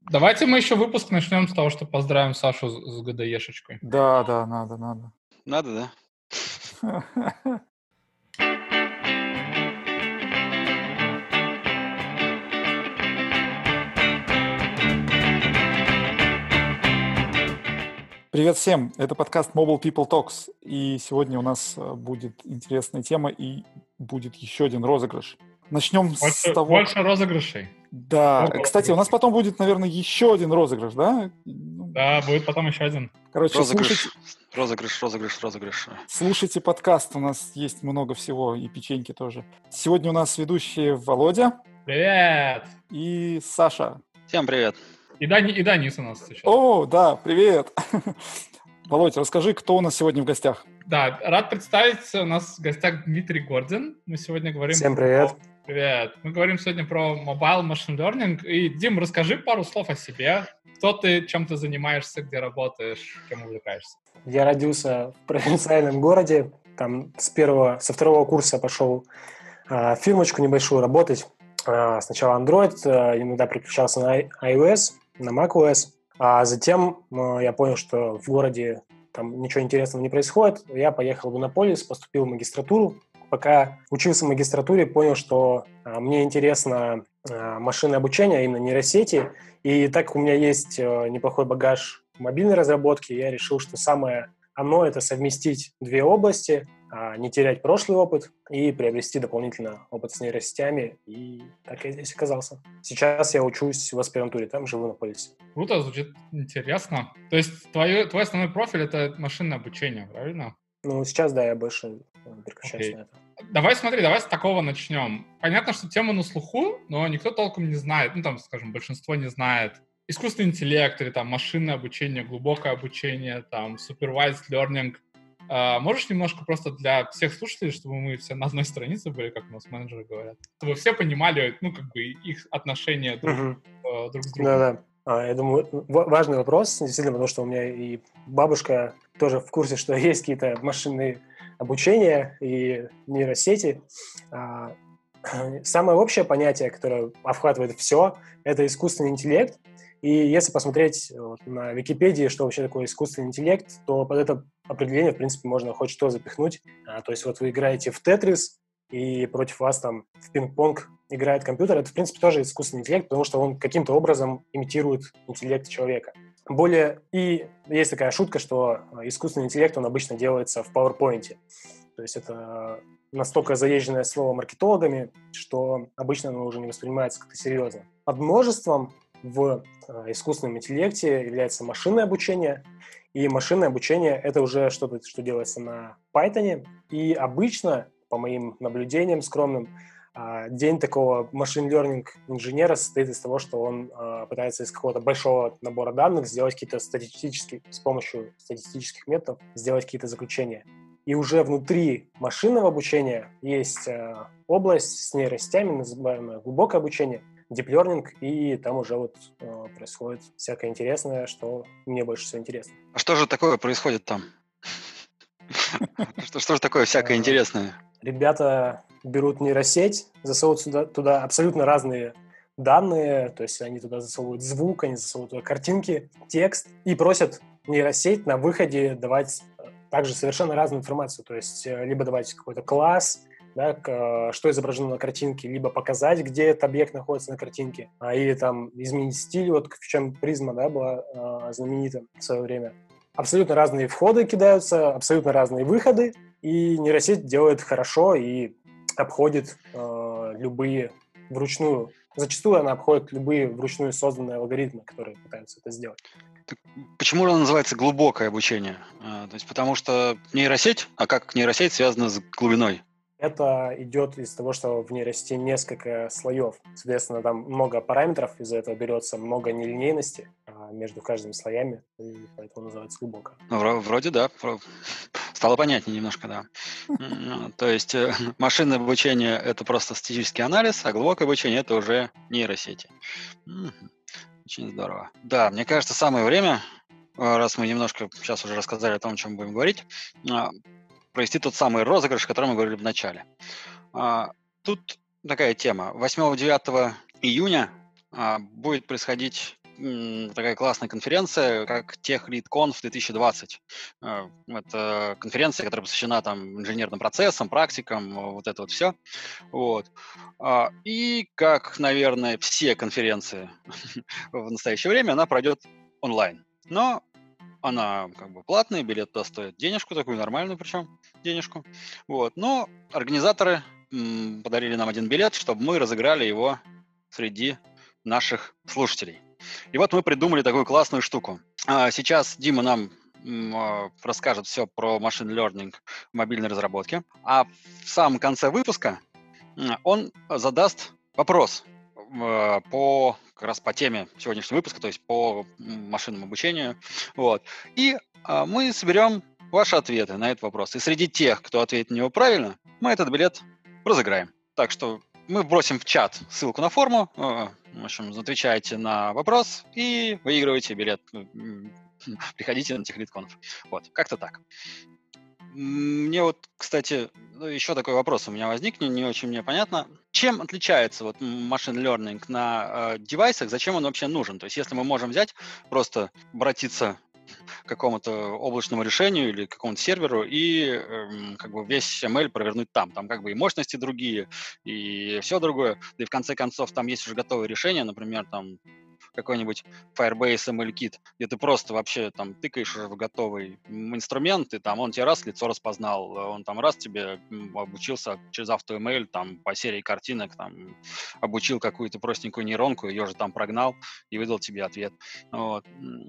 Давайте мы еще выпуск начнем с того, что поздравим Сашу с ГДЕшечкой. Да, надо. Надо, да? Привет всем, это подкаст Mobile People Talks, и сегодня у нас будет интересная тема и будет еще один розыгрыш. Начнем с того... Больше розыгрышей. Да, Много кстати, у нас потом будет, наверное, еще один розыгрыш, да? Да, будет потом еще один. Короче, Розыгрыш. Слушайте подкаст, у нас есть много всего, и печеньки тоже. Сегодня у нас ведущие Володя. Привет! И Саша. Всем привет. И Данис у нас сейчас. О, да, привет! Володь, расскажи, кто у нас сегодня в гостях? Да, рад представить, у нас в гостях Дмитрий Гордин. Мы сегодня говорим... Всем привет! Привет! Мы говорим сегодня про Mobile Machine Learning. И, Дим, расскажи пару слов о себе. Кто ты, чем ты занимаешься, где работаешь, кем увлекаешься? Я родился в провинциальном городе. Там со второго курса пошел в фирмочку небольшую работать. Сначала Android, иногда переключался на iOS, на macOS. А затем я понял, что в городе там ничего интересного не происходит. Я поехал в Иннополис, поступил в магистратуру. Пока учился в магистратуре, понял, что мне интересно машинное обучение, именно нейросети. И так как у меня есть неплохой багаж мобильной разработки, я решил, что самое оно – это совместить две области, не терять прошлый опыт и приобрести дополнительно опыт с нейросетями. И так я здесь оказался. Сейчас я учусь в аспирантуре, там живу на полисе. Круто, звучит интересно. То есть твой основной профиль – это машинное обучение, правильно? Ну, сейчас, да, я больше переключаюсь на это. Давай с такого начнем. Понятно, что тема на слуху, но никто толком не знает, скажем, большинство не знает. Искусственный интеллект или машинное обучение, глубокое обучение, supervised learning. Можешь немножко просто для всех слушателей, чтобы мы все на одной странице были, как у нас менеджеры говорят, чтобы все понимали, их отношения друг с другом. Да. Я думаю, важный вопрос, действительно, потому что у меня и бабушка тоже в курсе, что есть какие-то машинные обучения и нейросети. Самое общее понятие, которое охватывает все, это искусственный интеллект. И если посмотреть на Википедии, что вообще такое искусственный интеллект, то под это определение, в принципе, можно хоть что запихнуть. То есть вот вы играете в Тетрис, и против вас там в пинг-понг играет компьютер. Это, в принципе, тоже искусственный интеллект, потому что он каким-то образом имитирует интеллект человека. И есть такая шутка, что искусственный интеллект, он обычно делается в PowerPoint. То есть это настолько заезженное слово маркетологами, что обычно оно уже не воспринимается как-то серьезно. Подмножеством в искусственном интеллекте является машинное обучение, и машинное обучение — это уже что-то, что делается на Python, и обычно, по моим наблюдениям скромным, день такого машин-лернинг инженера состоит из того, что он пытается из какого-то большого набора данных сделать какие-то с помощью статистических методов сделать какие-то заключения. И уже внутри машинного обучения есть область с нейросетями, называемая глубокое обучение, deep learning, и там уже происходит всякое интересное, что мне больше всего интересно. А что же такое происходит там? Что же такое всякое интересное? Ребята берут нейросеть, засовывают туда абсолютно разные данные, то есть они туда засовывают звук, они засовывают туда картинки, текст, и просят нейросеть на выходе давать также совершенно разную информацию, то есть либо давать какой-то класс, да, что изображено на картинке, либо показать, где этот объект находится на картинке, или там изменить стиль, в чем призма, да, была знаменита в свое время. Абсолютно разные входы кидаются, абсолютно разные выходы, и нейросеть делает хорошо и обходит любые вручную. Зачастую она обходит любые вручную созданные алгоритмы, которые пытаются это сделать. Почему же оно называется глубокое обучение? То есть потому что нейросеть, а как нейросеть связана с глубиной? Это идет из того, что в нейросети несколько слоев. Соответственно, там много параметров, из-за этого берется много нелинейности между каждыми слоями, и поэтому называется глубокое. Вроде да. Стало понятнее немножко, да. То есть машинное обучение – это просто статистический анализ, а глубокое обучение – это уже нейросети. Очень здорово. Да, мне кажется, самое время, раз мы немножко сейчас уже рассказали о том, о чем будем говорить, провести тот самый розыгрыш, о котором мы говорили в начале. Тут такая тема. 8-9 июня будет происходить такая классная конференция, как TechLeadConf 2020. Это конференция, которая посвящена там инженерным процессам, практикам, вот это вот все. Вот. И как, наверное, все конференции в настоящее время, она пройдет онлайн. Но она как бы платная, билет туда стоит денежку, такую нормальную причем денежку. Вот. Но организаторы подарили нам один билет, чтобы мы разыграли его среди наших слушателей. И вот мы придумали такую классную штуку. Сейчас Дима нам расскажет все про machine learning в мобильной разработке, а в самом конце выпуска он задаст вопрос как раз по теме сегодняшнего выпуска, то есть по машинному обучению. Вот. И мы соберем ваши ответы на этот вопрос. И среди тех, кто ответит на него правильно, мы этот билет разыграем. Так что мы бросим в чат ссылку на форму. В общем, отвечайте на вопрос и выигрываете билет. Приходите на TechLeadConf. Вот, как-то так. Мне вот, кстати, еще такой вопрос у меня возник, не очень мне понятно. Чем отличается вот machine learning на девайсах, зачем он вообще нужен? То есть если мы можем взять, просто обратиться к какому-то облачному решению или к какому-то серверу и как бы весь ML провернуть там. Там как бы и мощности другие, и все другое. Да и в конце концов там есть уже готовые решения, например, там какой-нибудь Firebase ML-кит, где ты просто вообще там тыкаешь уже в готовый инструмент, и там он тебе раз лицо распознал, он там раз тебе обучился через AutoML, там по серии картинок, там обучил какую-то простенькую нейронку, ее же там прогнал и выдал тебе ответ. Вот.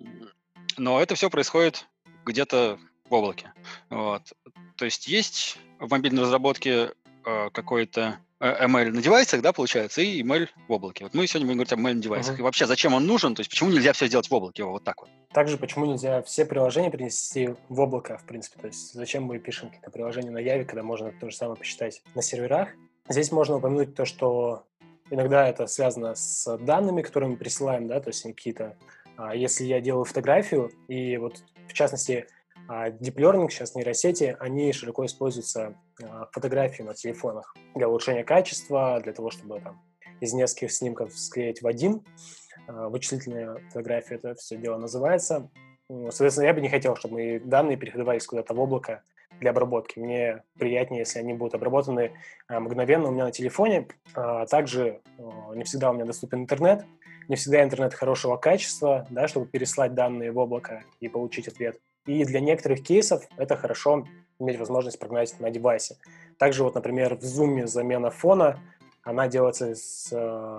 Но это все происходит где-то в облаке. Вот. То есть есть в мобильной разработке какой-то ML на девайсах, да, получается, и ML в облаке. Вот мы сегодня будем говорить об ML на девайсах. И вообще, зачем он нужен? То есть почему нельзя все сделать в облаке? Вот так вот. Также почему нельзя все приложения перенести в облако, в принципе. То есть зачем мы пишем какие-то приложения на Яве, когда можно то же самое посчитать на серверах. Здесь можно упомянуть то, что иногда это связано с данными, которые мы присылаем, да, то есть они какие-то... Если я делаю фотографию, и вот в частности Deep Learning, сейчас нейросети, они широко используются в фотографии на телефонах для улучшения качества, для того, чтобы там из нескольких снимков склеить в один. Вычислительная фотография, это все дело называется. Соответственно, я бы не хотел, чтобы мои данные передавались куда-то в облако для обработки. Мне приятнее, если они будут обработаны мгновенно у меня на телефоне. Также не всегда у меня доступен интернет, не всегда интернет хорошего качества, да, чтобы переслать данные в облако и получить ответ. И для некоторых кейсов это хорошо иметь возможность прогнать на девайсе. Также вот, например, в Zoom замена фона, она делается с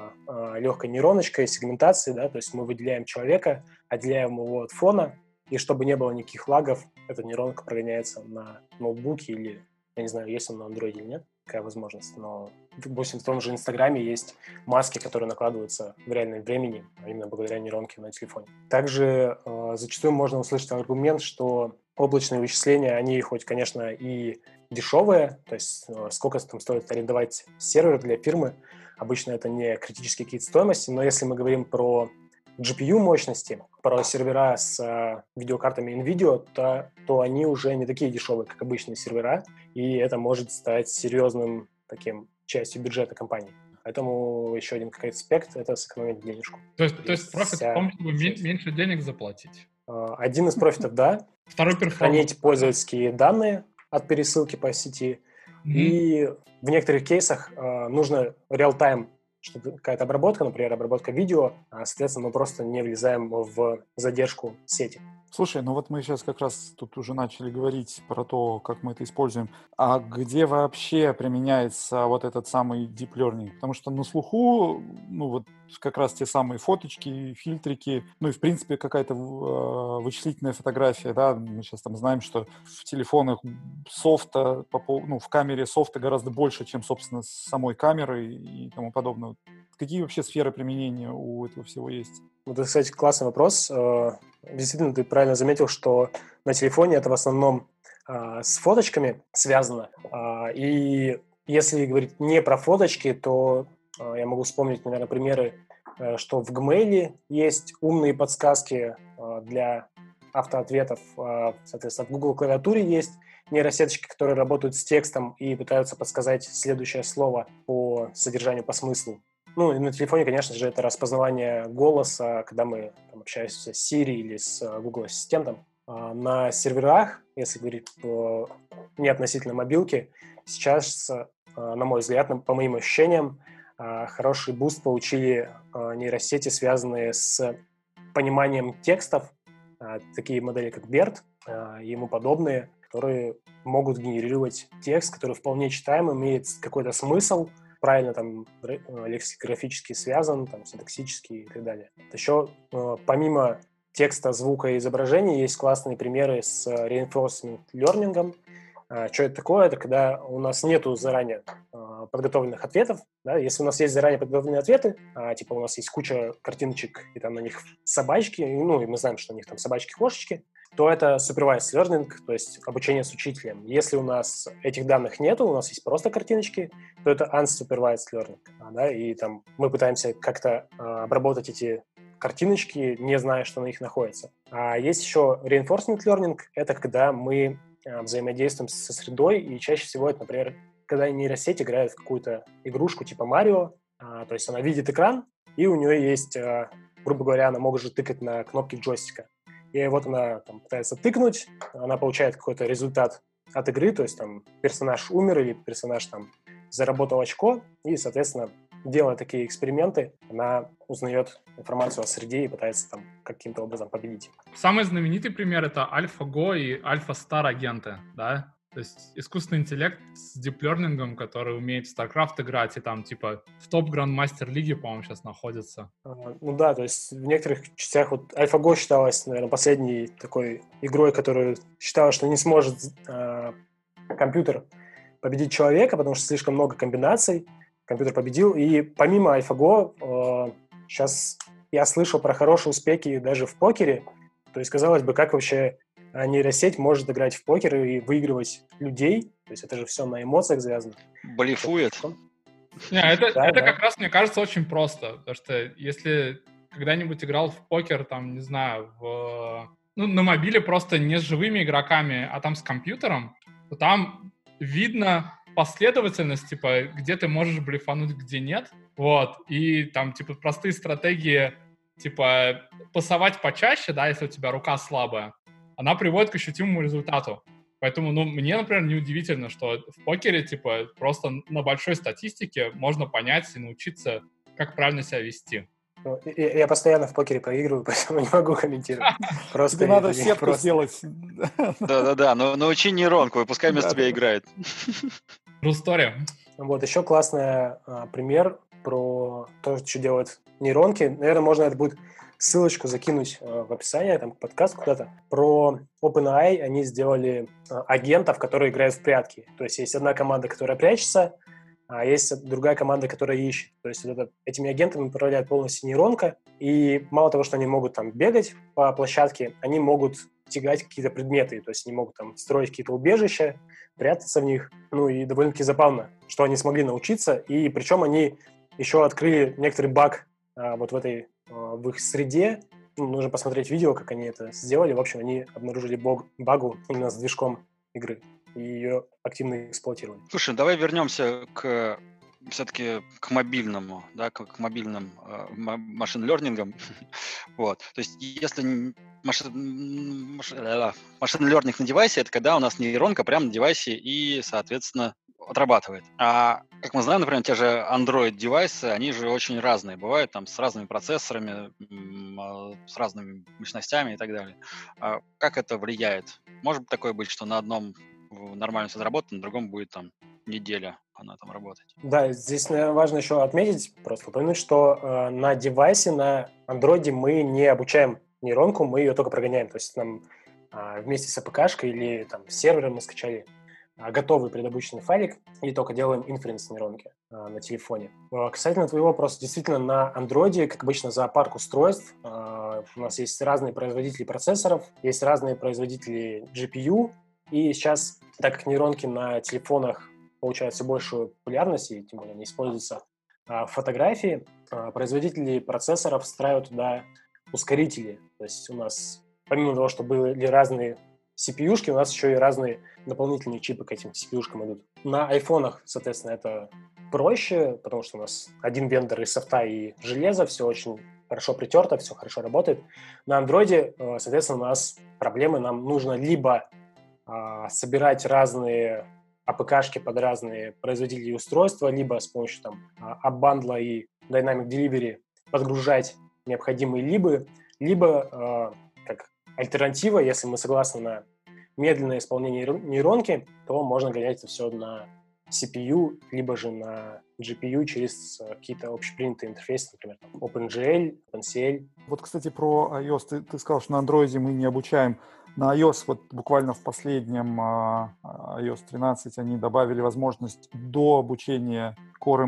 легкой нейроночкой, сегментацией, да, то есть мы выделяем человека, отделяем его от фона, и чтобы не было никаких лагов, эта нейронка прогоняется на ноутбуке или, я не знаю, есть он на Android или нет, такая возможность, но, допустим, в том же Инстаграме есть маски, которые накладываются в реальном времени, а именно благодаря нейронке на телефоне. Также зачастую можно услышать аргумент, что облачные вычисления, они хоть, конечно, и дешевые, то есть сколько там стоит арендовать сервер для фирмы, обычно это не критические какие-то стоимости, но если мы говорим про GPU мощности, про сервера с видеокартами NVIDIA, то они уже не такие дешевые, как обычные сервера, и это может стать серьезным таким частью бюджета компании. Поэтому еще один какой-то аспект – это сэкономить денежку. То есть профит в том, чтобы меньше денег заплатить? Один из профитов, да. Второй перформанс. Хранить пользовательские данные от пересылки по сети. И в некоторых кейсах нужно реал-тайм, чтобы какая-то обработка, например, обработка видео, соответственно, мы просто не влезаем в задержку сети. Слушай, ну вот мы сейчас как раз тут уже начали говорить про то, как мы это используем. А где вообще применяется вот этот самый deep learning? Потому что на слуху, ну вот как раз те самые фоточки, фильтрики, ну и в принципе какая-то вычислительная фотография, да, мы сейчас там знаем, что в телефонах софта, ну в камере софта гораздо больше, чем, собственно, самой камеры и тому подобное. Какие вообще сферы применения у этого всего есть? Вот это, кстати, классный вопрос. Действительно, ты правильно заметил, что на телефоне это в основном с фоточками связано. И если говорить не про фоточки, то я могу вспомнить, наверное, примеры, что в Gmail есть умные подсказки для автоответов. Соответственно, в Google клавиатуре есть нейросеточки, которые работают с текстом и пытаются подсказать следующее слово по содержанию, по смыслу. Ну, и на телефоне, конечно же, это распознавание голоса, когда мы там общаемся с Siri или с Google Ассистентом. На серверах, если говорить не относительно мобилки, сейчас, на мой взгляд, по моим ощущениям, хороший буст получили нейросети, связанные с пониманием текстов, такие модели, как BERT и ему подобные, которые могут генерировать текст, который вполне читаем, имеет какой-то смысл, правильно там лексикографически связан, там, синтаксически и так далее. Еще помимо текста, звука и изображения есть классные примеры с reinforcement learning. Что это такое? Это когда у нас нету заранее подготовленных ответов. Да? Если у нас есть заранее подготовленные ответы, типа у нас есть куча картиночек, и там на них собачки, ну, и мы знаем, что у них там собачки-кошечки, то это supervised learning, то есть обучение с учителем. Если у нас этих данных нету, у нас есть просто картиночки, то это unsupervised learning. Да? И там мы пытаемся как-то обработать эти картиночки, не зная, что на них находится. А есть еще reinforcement learning, это когда мы взаимодействуем со средой, и чаще всего это, например, когда нейросеть играет в какую-то игрушку типа Марио, то есть она видит экран, и у нее есть, грубо говоря, она может тыкать на кнопки джойстика. И вот она там пытается тыкнуть, она получает какой-то результат от игры, то есть там персонаж умер или персонаж там заработал очко, и, соответственно, делая такие эксперименты, она узнает информацию о среде и пытается там каким-то образом победить. Самый знаменитый пример — это AlphaGo и AlphaStar агенты, да? То есть искусственный интеллект с диплернингом, который умеет в StarCraft играть и там типа в топ-грандмастер лиге, по-моему, сейчас находится. Ну да, то есть в некоторых частях вот AlphaGo считалась, наверное, последней такой игрой, которую считала, что не сможет компьютер победить человека, потому что слишком много комбинаций. Компьютер победил. И помимо AlphaGo сейчас я слышал про хорошие успехи даже в покере. То есть, казалось бы, как вообще нейросеть может играть в покер и выигрывать людей. То есть это же все на эмоциях завязано. Блефует. Это как раз, мне кажется, очень просто. Потому что если когда-нибудь играл в покер, там, не знаю, на мобиле просто не с живыми игроками, а там с компьютером, то там видно последовательность, типа, где ты можешь блефануть, где нет. Вот. И там, типа, простые стратегии, типа, пасовать почаще, да, если у тебя рука слабая, она приводит к ощутимому результату. Поэтому, мне, например, неудивительно, что в покере, типа, просто на большой статистике можно понять и научиться, как правильно себя вести. Я постоянно в покере проигрываю, поэтому не могу комментировать. Просто надо сетку сделать. Да-да-да, но научи нейронку, и пускай вместо тебя играет. True story. Вот, еще классный пример про то, что делают нейронки. Наверное, можно это будет ссылочку закинуть в описание, там, к подкасту куда-то. Про OpenAI они сделали агентов, которые играют в прятки. То есть есть одна команда, которая прячется, а есть другая команда, которая ищет. То есть этими агентами управляет полностью нейронка. И мало того, что они могут там бегать по площадке, они могут тягать какие-то предметы. То есть они могут там строить какие-то убежища, прятаться в них. Ну и довольно-таки забавно, что они смогли научиться. И причем они еще открыли некоторый баг вот в их среде. Нужно посмотреть видео, как они это сделали. В общем, они обнаружили багу именно с движком игры и ее активно эксплуатировали. Слушай, давай вернемся все-таки к мобильному, да, к мобильным машин-лернингам. Вот. То есть если машин-лернинг на девайсе, это когда у нас нейронка прямо на девайсе и, соответственно, отрабатывает. А, как мы знаем, например, те же Android-девайсы, они же очень разные. Бывают там с разными процессорами, с разными мощностями и так далее. А как это влияет? Может такое быть, что на одном нормально все заработано, на другом будет там неделя она там работать. Да, здесь, наверное, важно еще отметить, просто упомянуть, что на девайсе, на Android мы не обучаем нейронку, мы ее только прогоняем. То есть нам вместе с APK-шкой или там с сервером мы скачали готовый предобученный файлик и только делаем инференс нейронки на телефоне. Касательно твоего вопроса, действительно, на Android, как обычно, зоопарк устройств. У нас есть разные производители процессоров, есть разные производители GPU, и сейчас, так как нейронки на телефонах получают все большую популярность, и тем более они используются в фотографии, производители процессоров встраивают туда ускорители. То есть у нас, помимо того, что были разные CPU-шки, у нас еще и разные дополнительные чипы к этим CPU-шкам идут. На айфонах, соответственно, это проще, потому что у нас один вендор из софта и железа, все очень хорошо притерто, все хорошо работает. На андроиде, соответственно, у нас проблемы. Нам нужно либо собирать разные APK-шки под разные производители и устройства, либо с помощью апбандла и Dynamic Delivery подгружать необходимые либо как альтернатива, если мы согласны на медленное исполнение нейронки, то можно гонять это все на CPU, либо же на GPU через какие-то общепринятые интерфейсы, например, OpenGL, OpenCL. Вот, кстати, про iOS. Ты сказал, что на Android мы не обучаем. На iOS вот буквально в последнем iOS 13 они добавили возможность до обучения Core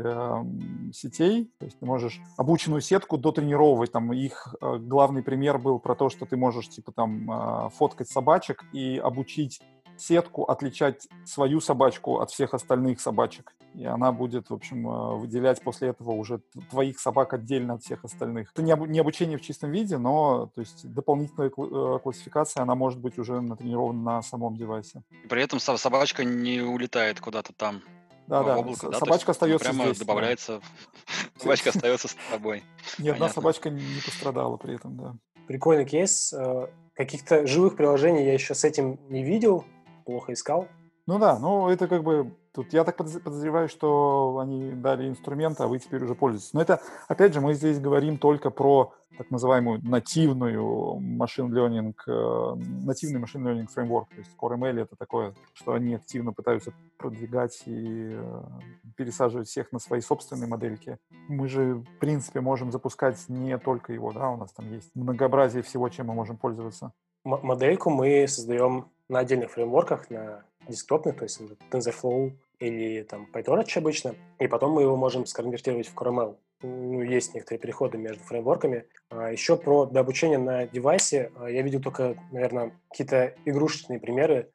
ML сетей. То есть ты можешь обученную сетку дотренировать. Там их главный пример был про то, что ты можешь типа там фоткать собачек и обучить сетку отличать свою собачку от всех остальных собачек. И она будет, в общем, выделять после этого уже твоих собак отдельно от всех остальных. Это не обучение в чистом виде, но то есть дополнительная классификация, она может быть уже натренирована на самом девайсе. И при этом собачка не улетает куда-то там в облако, да? Собачка остается прямо здесь. добавляется, собачка остается с тобой. Ни одна собачка не пострадала при этом, да. Прикольный кейс. Каких-то живых приложений я еще с этим не видел, плохо искал. Ну да, это как бы... Тут я так подозреваю, что они дали инструмент, а вы теперь уже пользуетесь. Но это, опять же, мы здесь говорим только про так называемую нативный машин learning фреймворк. То есть Core ML — это такое, что они активно пытаются продвигать и пересаживать всех на свои собственные модельки. Мы же, в принципе, можем запускать не только его, да, у нас там есть многообразие всего, чем мы можем пользоваться. Модельку мы создаем на отдельных фреймворках, на десктопных, то есть TensorFlow или там PyTorch обычно, и потом мы его можем сконвертировать в CoreML. Есть некоторые переходы между фреймворками. Еще про дообучение на девайсе я видел только, наверное, какие-то игрушечные примеры.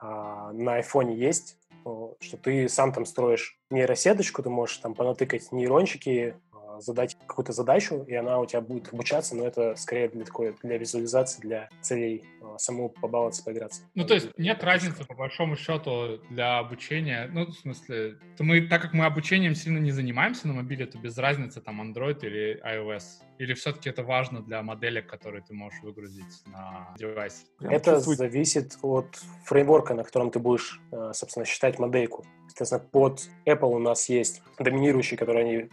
На iPhone есть, что ты сам там строишь нейросеточку, ты можешь там понатыкать нейрончики, задать какую-то задачу, и она у тебя будет обучаться, но это скорее для визуализации, для целей самому побаловаться, поиграться. То есть нет разницы, по большому счету, для обучения. В смысле, так как мы обучением сильно не занимаемся на мобиле, то без разницы, там, Android или iOS. Или все-таки это важно для моделек, которые ты можешь выгрузить на девайс? Это зависит от фреймворка, на котором ты будешь, собственно, считать модельку. Соответственно, под Apple у нас есть доминирующий, который они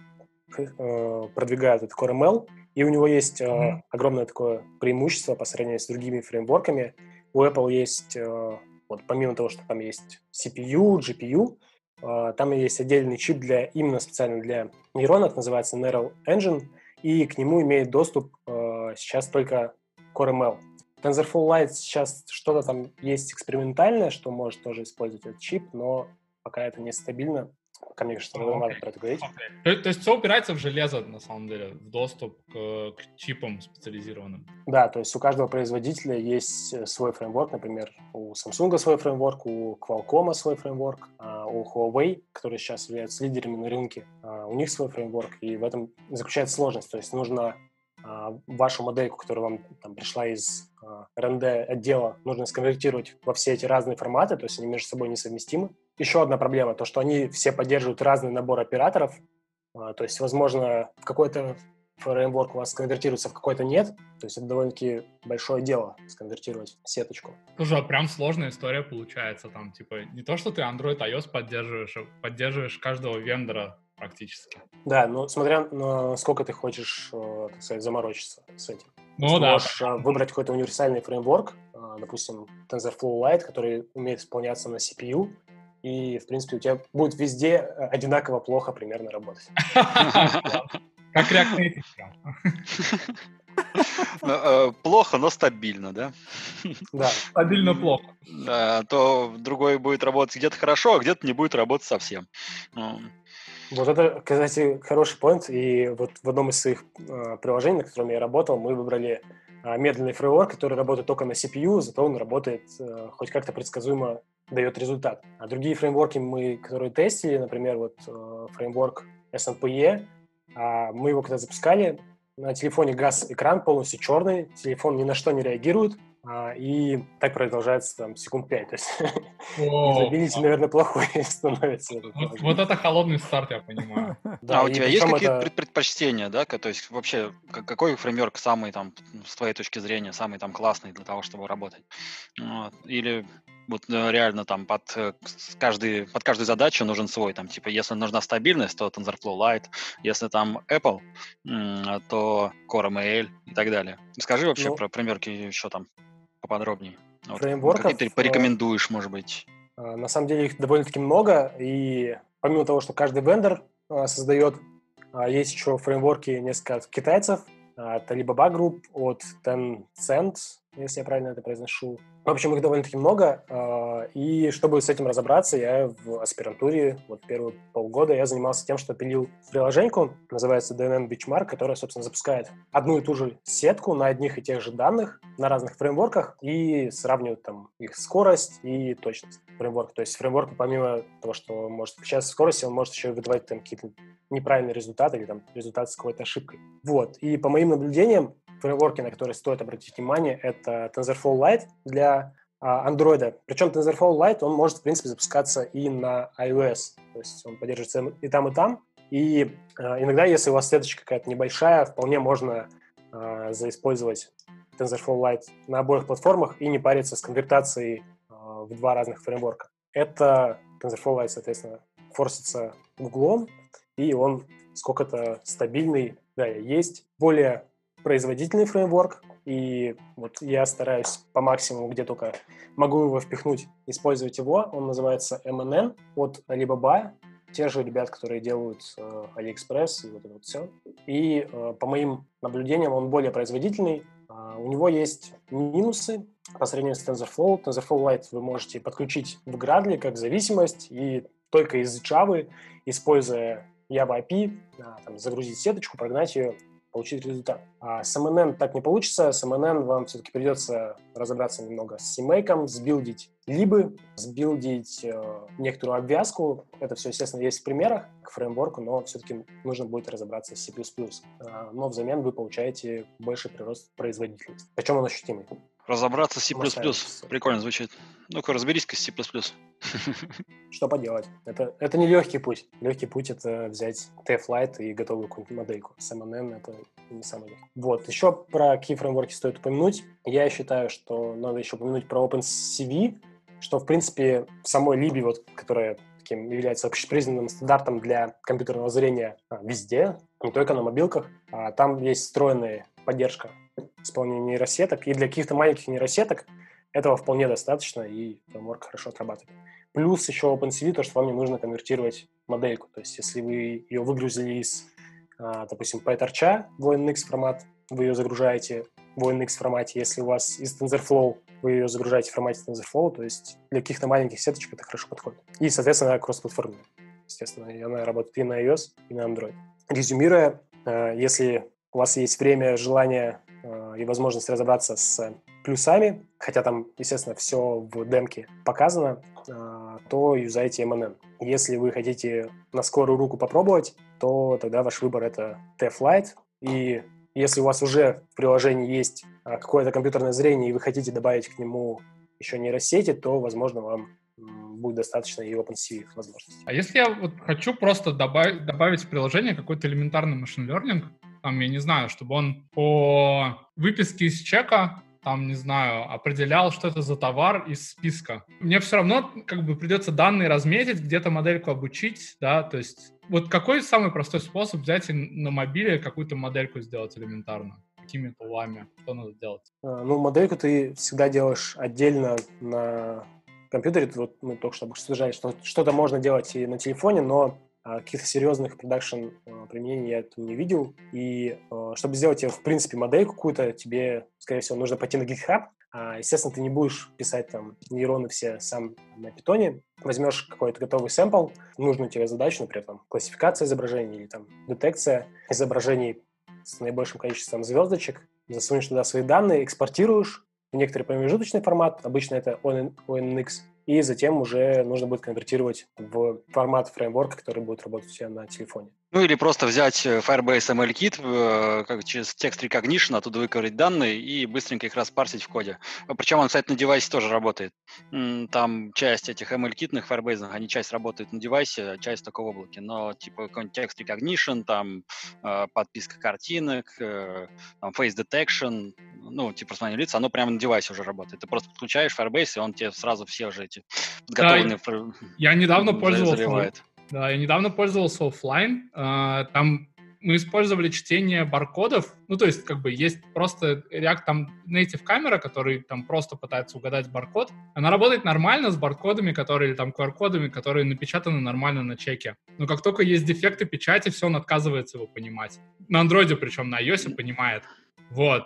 продвигают этот Core ML, и у него есть огромное такое преимущество по сравнению с другими фреймворками. У Apple есть, помимо того, что там есть CPU, GPU, там есть отдельный чип именно специально для нейронок, называется Neural Engine, и к нему имеет доступ сейчас только Core ML. TensorFlow Lite сейчас что-то там есть экспериментальное, что может тоже использовать этот чип, но пока это нестабильно. Пока, мне кажется, рановато про это говорить. То есть все упирается в железо, на самом деле, в доступ к чипам специализированным. Да, то есть у каждого производителя есть свой фреймворк, например, у Samsung свой фреймворк, у Qualcomm свой фреймворк, у Huawei, которые сейчас являются лидерами на рынке, у них свой фреймворк, и в этом заключается сложность. То есть нужно вашу модельку, которая вам там пришла из R&D отдела, нужно сконвертировать во все эти разные форматы, то есть они между собой несовместимы. Еще одна проблема, то, что они все поддерживают разный набор операторов, то есть, возможно, в какой-то фреймворк у вас сконвертируется, в какой-то нет, то есть это довольно-таки большое дело сконвертировать сеточку. Слушай, прям сложная история получается, там, типа, не то, что ты Android, iOS поддерживаешь каждого вендора практически. Да, смотря на сколько ты хочешь, так сказать, заморочиться с этим. Ты можешь выбрать какой-то универсальный фреймворк, допустим, TensorFlow Lite, который умеет исполняться на CPU, и, в принципе, у тебя будет везде одинаково плохо примерно работать. Как React Native. Плохо, но стабильно, да? Да. Стабильно плохо. Да, то другой будет работать где-то хорошо, а где-то не будет работать совсем. Вот это, кстати, хороший поинт. И вот в одном из своих приложений, на котором я работал, мы выбрали медленный фреймворк, который работает только на CPU, зато он работает хоть как-то предсказуемо, дает результат. А другие фреймворки, которые тестили, например, фреймворк SNPE, мы его когда запускали, на телефоне гас экран полностью черный, телефон ни на что не реагирует, и так продолжается там секунд 5. То есть О, юзабилити, наверное, плохой становится. вот это холодный старт, я понимаю. А у и тебя есть причем какие-то это... предпочтения, да? То есть вообще какой фреймворк самый там, с твоей точки зрения, самый там классный для того, чтобы работать? Вот. Или вот реально там под каждую задачу нужен свой, там, типа, если нужна стабильность, то TensorFlow Lite, если там Apple, то Core ML и так далее. Скажи вообще Ну, про фреймворки еще там поподробнее. Вот, какие фреймворков, ты порекомендуешь, может быть? на самом деле их довольно-таки много, и помимо того, что каждый вендор создает, есть еще фреймворки несколько от китайцев, от Alibaba Group, от Tencent, если я правильно это произношу. В общем, их довольно-таки много, и чтобы с этим разобраться, я в аспирантуре, вот первые полгода я занимался тем, что пилил приложеньку, называется DNN Benchmark, которая, собственно, запускает одну и ту же сетку на одних и тех же данных на разных фреймворках и сравнивает там их скорость и точность фреймворка. То есть фреймворк, помимо того, что он может включать скорость, он может еще и выдавать там какие-то неправильные результаты или там результаты с какой-то ошибкой. Вот. И по моим наблюдениям, фреймворки, на которые стоит обратить внимание, это TensorFlow Lite для Android. Причем TensorFlow Lite, он может, в принципе, запускаться и на iOS. То есть он поддерживается и там, и там. И иногда, если у вас сеточка какая-то небольшая, вполне можно заиспользовать TensorFlow Lite на обоих платформах и не париться с конвертацией в два разных фреймворка. Это TensorFlow Lite, соответственно, форсится углом, и он сколько-то стабильный. Да, есть более производительный фреймворк, и вот я стараюсь по максимуму, где только могу его впихнуть, использовать его. Он называется MNN от Alibaba, те же ребят, которые делают AliExpress и вот это вот все. И по моим наблюдениям он более производительный. У него есть минусы по сравнению с TensorFlow. TensorFlow Lite вы можете подключить в Gradle как зависимость и только из Java, используя Java API, там, загрузить сеточку, прогнать ее, получить результат. А с MNN так не получится. С MNN вам все-таки придется разобраться немного с CMake, сбилдить либо сбилдить некоторую обвязку. Это все, естественно, есть в примерах к фреймворку, но все-таки нужно будет разобраться с C++. Но взамен вы получаете больший прирост производительности. Причем он ощутимый. Разобраться с C++. Прикольно звучит. Ну-ка, разберись-ка с C++. Что поделать? Это не легкий путь. Легкий путь — это взять TF-Lite и готовую какую-нибудь модельку. С MNN это не самый легкий. Вот. Еще про какие фреймворки стоит упомянуть. Я считаю, что надо еще упомянуть про OpenCV, что, в принципе, в самой Libе, вот, которая таким является общепризнанным стандартом для компьютерного зрения везде, не только на мобилках, там есть встроенная поддержка исполнения нейросеток, и для каких-то маленьких нейросеток этого вполне достаточно, и фреймворк хорошо отрабатывает. Плюс еще OpenCV, то, что вам не нужно конвертировать модельку. То есть, если вы ее выгрузили из, допустим, PyTorch в ONNX формат, вы ее загружаете в ONNX формате. Если у вас из TensorFlow вы ее загружаете в формате TensorFlow, то есть для каких-то маленьких сеточек это хорошо подходит. И, соответственно, она кроссплатформенная. Естественно, и она работает и на iOS, и на Android. Резюмируя, если у вас есть время, желание и возможность разобраться с плюсами, хотя там, естественно, все в демке показано, то юзайте MNN. Если вы хотите на скорую руку попробовать, то тогда ваш выбор — это TF-Lite. И если у вас уже в приложении есть какое-то компьютерное зрение, и вы хотите добавить к нему еще нейросети, то, возможно, вам будет достаточно и OpenCV возможностей. А если я вот хочу просто добавить в приложение какой-то элементарный машин learning, там, я не знаю, чтобы он по выписке из чека, там, не знаю, определял, что это за товар из списка. Мне все равно как бы придется данные разметить, где-то модельку обучить, да, то есть вот какой самый простой способ взять и на мобиле какую-то модельку сделать элементарно? Какими тулами? Что надо делать? Ну, модельку ты всегда делаешь отдельно на компьютере. Вот мы только что обсуждали, что что-то можно делать и на телефоне, но каких-то серьезных продакшн применений я этого не видел. И чтобы сделать, в принципе, модель какую-то, тебе, скорее всего, нужно пойти на GitHub. Естественно, ты не будешь писать там нейроны все сам на питоне. Возьмешь какой-то готовый сэмпл, нужную тебе задачу, например, там, классификация изображений или там детекция изображений с наибольшим количеством звездочек, засунешь туда свои данные, экспортируешь в некоторый промежуточный формат, обычно это ONNX, и затем уже нужно будет конвертировать в формат фреймворка, который будет работать у тебя на телефоне. Ну или просто взять Firebase ML-Kit, как через текст recognition, оттуда выковырять данные и быстренько их распарсить в коде. Причем он, кстати, на девайсе тоже работает. Там часть этих ML-китных, Firebase, они часть работает на девайсе, а часть только в облаке. Но типа какой-нибудь текст recognition, там подписка картинок, там face detection, ну типа распознавание лица, оно прямо на девайсе уже работает. Ты просто подключаешь Firebase, и он тебе сразу все уже эти подготовленные я недавно пользовался. заливает. Да, я недавно пользовался оффлайн. Там мы использовали чтение баркодов. Ну, то есть, как бы, есть просто React там native камера, который там просто пытается угадать баркод. Она работает нормально с баркодами, которые, или там QR-кодами, которые напечатаны нормально на чеке. Но как только есть дефекты печати, все, он отказывается его понимать. На андроиде, причем на iOS понимает. Вот.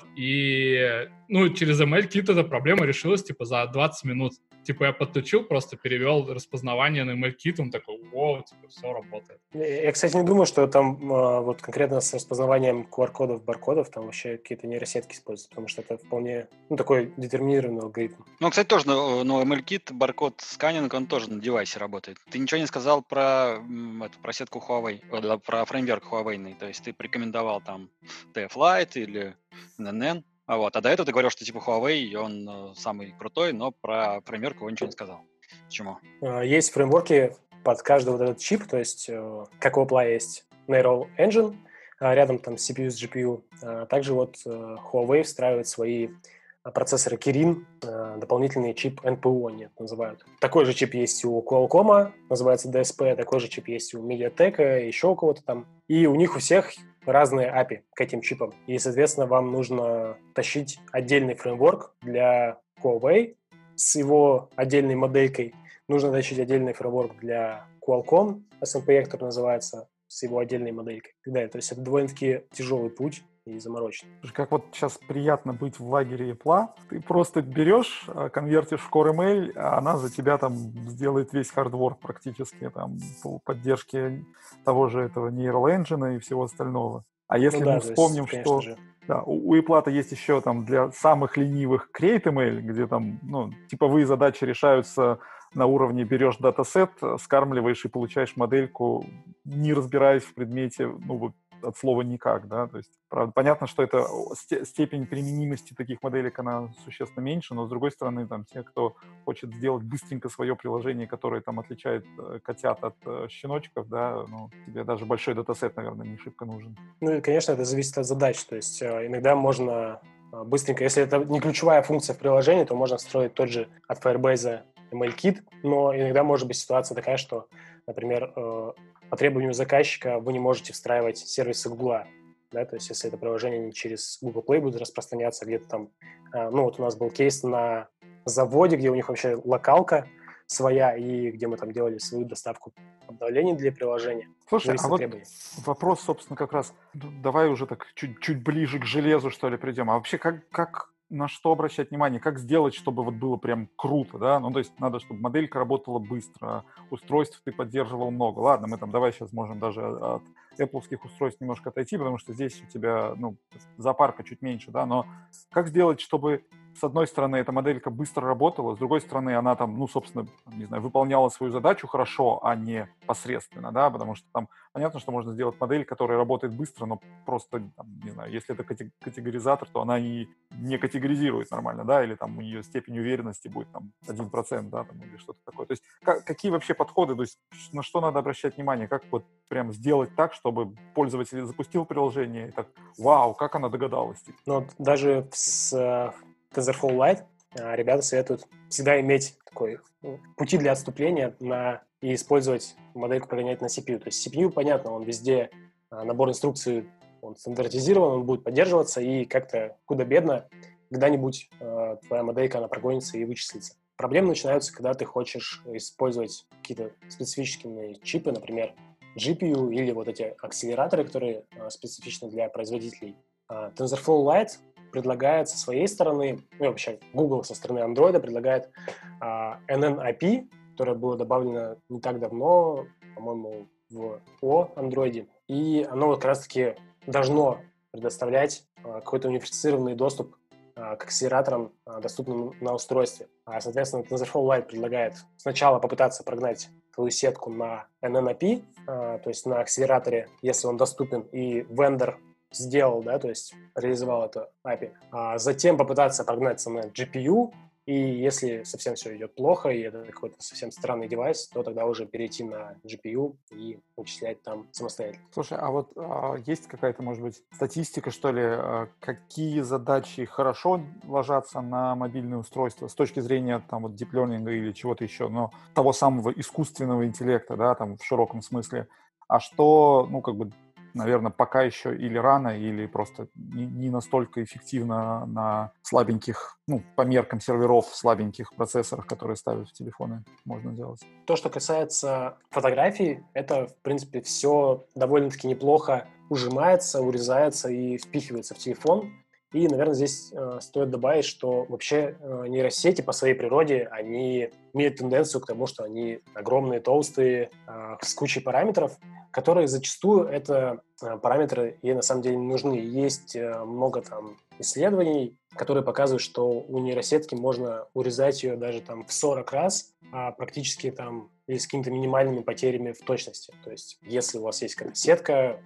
И, ну, через ML-кит эта проблема решилась, типа, за 20 минут. Типа, я подключил, просто перевел распознавание на ML-кит, он такой, вау, типа, все работает. Я, кстати, не думаю, что там вот конкретно с распознаванием QR-кодов, баркодов, там вообще какие-то нейросетки используются, потому что это вполне, ну, такой детерминированный алгоритм. Ну, кстати, тоже, но ML-Kit, баркод сканинг, он тоже на девайсе работает. Ты ничего не сказал про сетку Huawei, про фреймворк Huawei, то есть ты порекомендовал там TF Lite или NNN, а до этого ты говорил, что типа Huawei, он самый крутой, но про фреймворк его ничего не сказал. Почему? Есть фреймворки под каждый вот этот чип, то есть как у Apple есть Neural Engine, рядом там CPU с GPU. Также вот Huawei встраивает свои процессоры Kirin, дополнительный чип NPU они это называют. Такой же чип есть у Qualcomm, называется DSP, такой же чип есть у MediaTek, еще у кого-то там. И у них у всех разные API к этим чипам. И, соответственно, вам нужно тащить отдельный фреймворк для Huawei с его отдельной моделькой. Нужно тащить отдельный фреймворк для Qualcomm, SMP-Vector называется, с его отдельной моделькой и так далее. То есть это довольно-таки тяжелый путь и замороченный. Как вот сейчас приятно быть в лагере Apple, ты просто берешь, конвертишь в CoreML, а она за тебя там сделает весь хардворк практически, там, по поддержке того же этого Neural Engine и всего остального. А если мы вспомним, есть, что да, у Apple есть еще там для самых ленивых CreateML, где там, ну, типовые задачи решаются на уровне, берешь датасет, скармливаешь и получаешь модельку, не разбираясь в предмете, ну, вот, от слова никак, да, то есть, правда, понятно, что это степень применимости таких моделек, она существенно меньше, но, с другой стороны, там, те, кто хочет сделать быстренько свое приложение, которое там отличает котят от щеночков, да, ну, тебе даже большой датасет, наверное, не шибко нужен. Ну, и, конечно, это зависит от задач, то есть иногда можно быстренько, если это не ключевая функция в приложении, то можно строить тот же от Firebase ML-Kit, но иногда может быть ситуация такая, что, например, по требованию заказчика вы не можете встраивать сервисы Google, да, то есть если это приложение не через Google Play будет распространяться где-то там, ну вот у нас был кейс на заводе, где у них вообще локалка своя, и где мы там делали свою доставку обновлений для приложения. Слушай, а вот вопрос, собственно, как раз, давай уже так чуть ближе к железу, что ли, придем. А вообще, как на что обращать внимание, как сделать, чтобы вот было прям круто, да? Ну, то есть надо, чтобы моделька работала быстро, устройств ты поддерживал много. Ладно, мы там давай сейчас можем даже от Apple-ских устройств немножко отойти, потому что здесь у тебя, ну, зоопарка чуть меньше, да, но как сделать, чтобы с одной стороны, эта моделька быстро работала, с другой стороны, она там, ну, собственно, не знаю, выполняла свою задачу хорошо, а не посредственно, да, потому что там понятно, что можно сделать модель, которая работает быстро, но просто, там, не знаю, если это категоризатор, то она и не категоризирует нормально, да, или там у нее степень уверенности будет там 1%, да, там, или что-то такое. То есть какие вообще подходы, то есть на что надо обращать внимание, как вот прям сделать так, чтобы пользователь запустил приложение и так, вау, как она догадалась? Ну, вот даже с TensorFlow Lite ребята советуют всегда иметь такой пути для отступления и использовать модельку прогонять на CPU. То есть CPU, понятно, он везде, набор инструкций, он стандартизирован, он будет поддерживаться, и как-то худо-бедно когда-нибудь твоя моделька, она прогонится и вычислится. Проблемы начинаются, когда ты хочешь использовать какие-то специфические чипы, например, GPU или вот эти акселераторы, которые специфичны для производителей. TensorFlow Lite предлагает со своей стороны, ну, вообще Google со стороны Android предлагает NNIP, которое было добавлено не так давно, по-моему, в Android, и оно вот как раз-таки должно предоставлять какой-то унифицированный доступ к акселераторам, доступным на устройстве. Соответственно, TensorFlow Lite предлагает сначала попытаться прогнать твою сетку на NNAP, то есть на акселераторе, если он доступен, и вендор сделал, да, то есть реализовал это API. Затем попытаться прогнаться на GPU, и если совсем все идет плохо, и это какой-то совсем странный девайс, то тогда уже перейти на GPU и вычислять там самостоятельно. Слушай, а вот есть какая-то, может быть, статистика, что ли, какие задачи хорошо ложатся на мобильное устройство с точки зрения там вот deep learning или чего-то еще, но того самого искусственного интеллекта, да, там в широком смысле, а что, ну, как бы, наверное, пока еще или рано, или просто не настолько эффективно на слабеньких, ну, по меркам серверов, слабеньких процессорах, которые ставят в телефоны, можно делать. То, что касается фотографий, это, в принципе, все довольно-таки неплохо ужимается, урезается и впихивается в телефон. И, наверное, здесь стоит добавить, что вообще нейросети по своей природе, они имеют тенденцию к тому, что они огромные, толстые, с кучей параметров, которые зачастую это параметры ей на самом деле не нужны. Есть много там исследований, которые показывают, что у нейросетки можно урезать ее даже там в 40 раз, практически там и с какими-то минимальными потерями в точности. То есть если у вас есть какая-то сетка,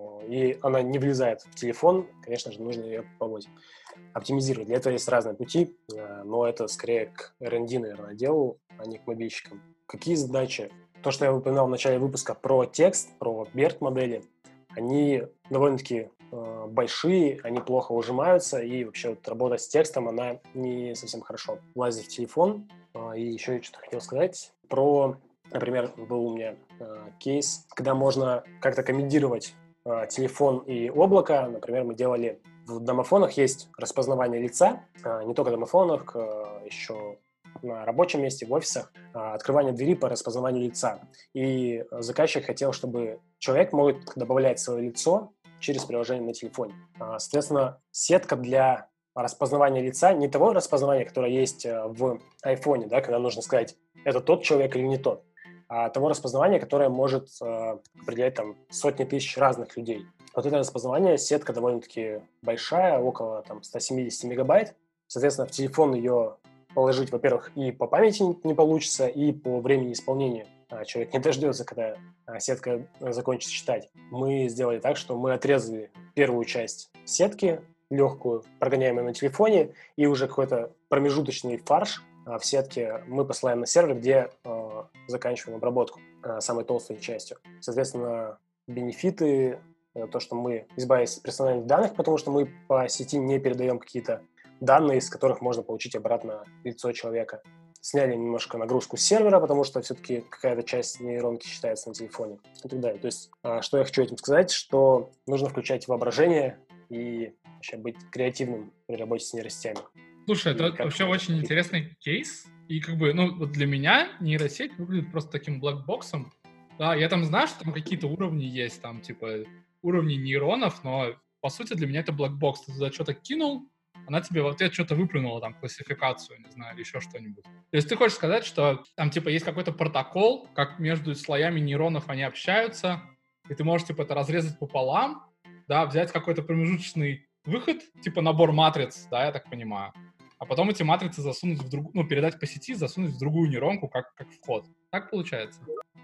и она не влезает в телефон, конечно же, нужно ее попробовать оптимизировать. Для этого есть разные пути, но это скорее к R&D, наверное, делу, а не к мобильщикам. Какие задачи? То, что я упоминал в начале выпуска про текст, про BERT-модели, они довольно-таки большие, они плохо ужимаются, и вообще вот работа с текстом, она не совсем хорошо влазит в телефон. И еще я что-то хотел сказать про, например, был у меня кейс, когда можно как-то комбинировать телефон и облако. Например, мы делали в домофонах есть распознавание лица, не только в домофонах, еще на рабочем месте, в офисах, открывание двери по распознаванию лица. И заказчик хотел, чтобы человек мог добавлять свое лицо через приложение на телефоне. Соответственно, сетка для распознавания лица, не того распознавания, которое есть в айфоне, да, когда нужно сказать, это тот человек или не тот, а того распознавания, которое может определять там сотни тысяч разных людей. Вот это распознавание, сетка довольно-таки большая, около там 170 мегабайт. Соответственно, в телефон ее положить, во-первых, и по памяти не получится, и по времени исполнения. Человек не дождется, когда сетка закончит считать. Мы сделали так, что мы отрезали первую часть сетки, легкую, прогоняемую на телефоне, и уже какой-то промежуточный фарш в сетке мы посылаем на сервер, где заканчиваем обработку самой толстой частью. Соответственно, бенефиты, то, что мы избавились от персональных данных, потому что мы по сети не передаем какие-то данные, из которых можно получить обратно лицо человека. Сняли немножко нагрузку с сервера, потому что все-таки какая-то часть нейронки считается на телефоне и так далее. То есть, что я хочу этим сказать, что нужно включать воображение и вообще быть креативным при работе с нейросетями. Слушай, это вообще очень интересный кейс. И как бы, ну, вот для меня нейросеть выглядит просто таким блэкбоксом. Да, я там знаю, что там какие-то уровни есть, там, типа, уровни нейронов, но, по сути, для меня это блэкбокс. Ты туда что-то кинул, она тебе в ответ что-то выплюнула, там, классификацию, не знаю, или еще что-нибудь. То есть ты хочешь сказать, что там, типа, есть какой-то протокол, как между слоями нейронов они общаются, и ты можешь, типа, это разрезать пополам, да, взять какой-то промежуточный выход, типа набор матриц, да, я так понимаю, а потом эти матрицы засунуть в другую, ну, передать по сети, засунуть в другую нейронку, как вход. Так получается?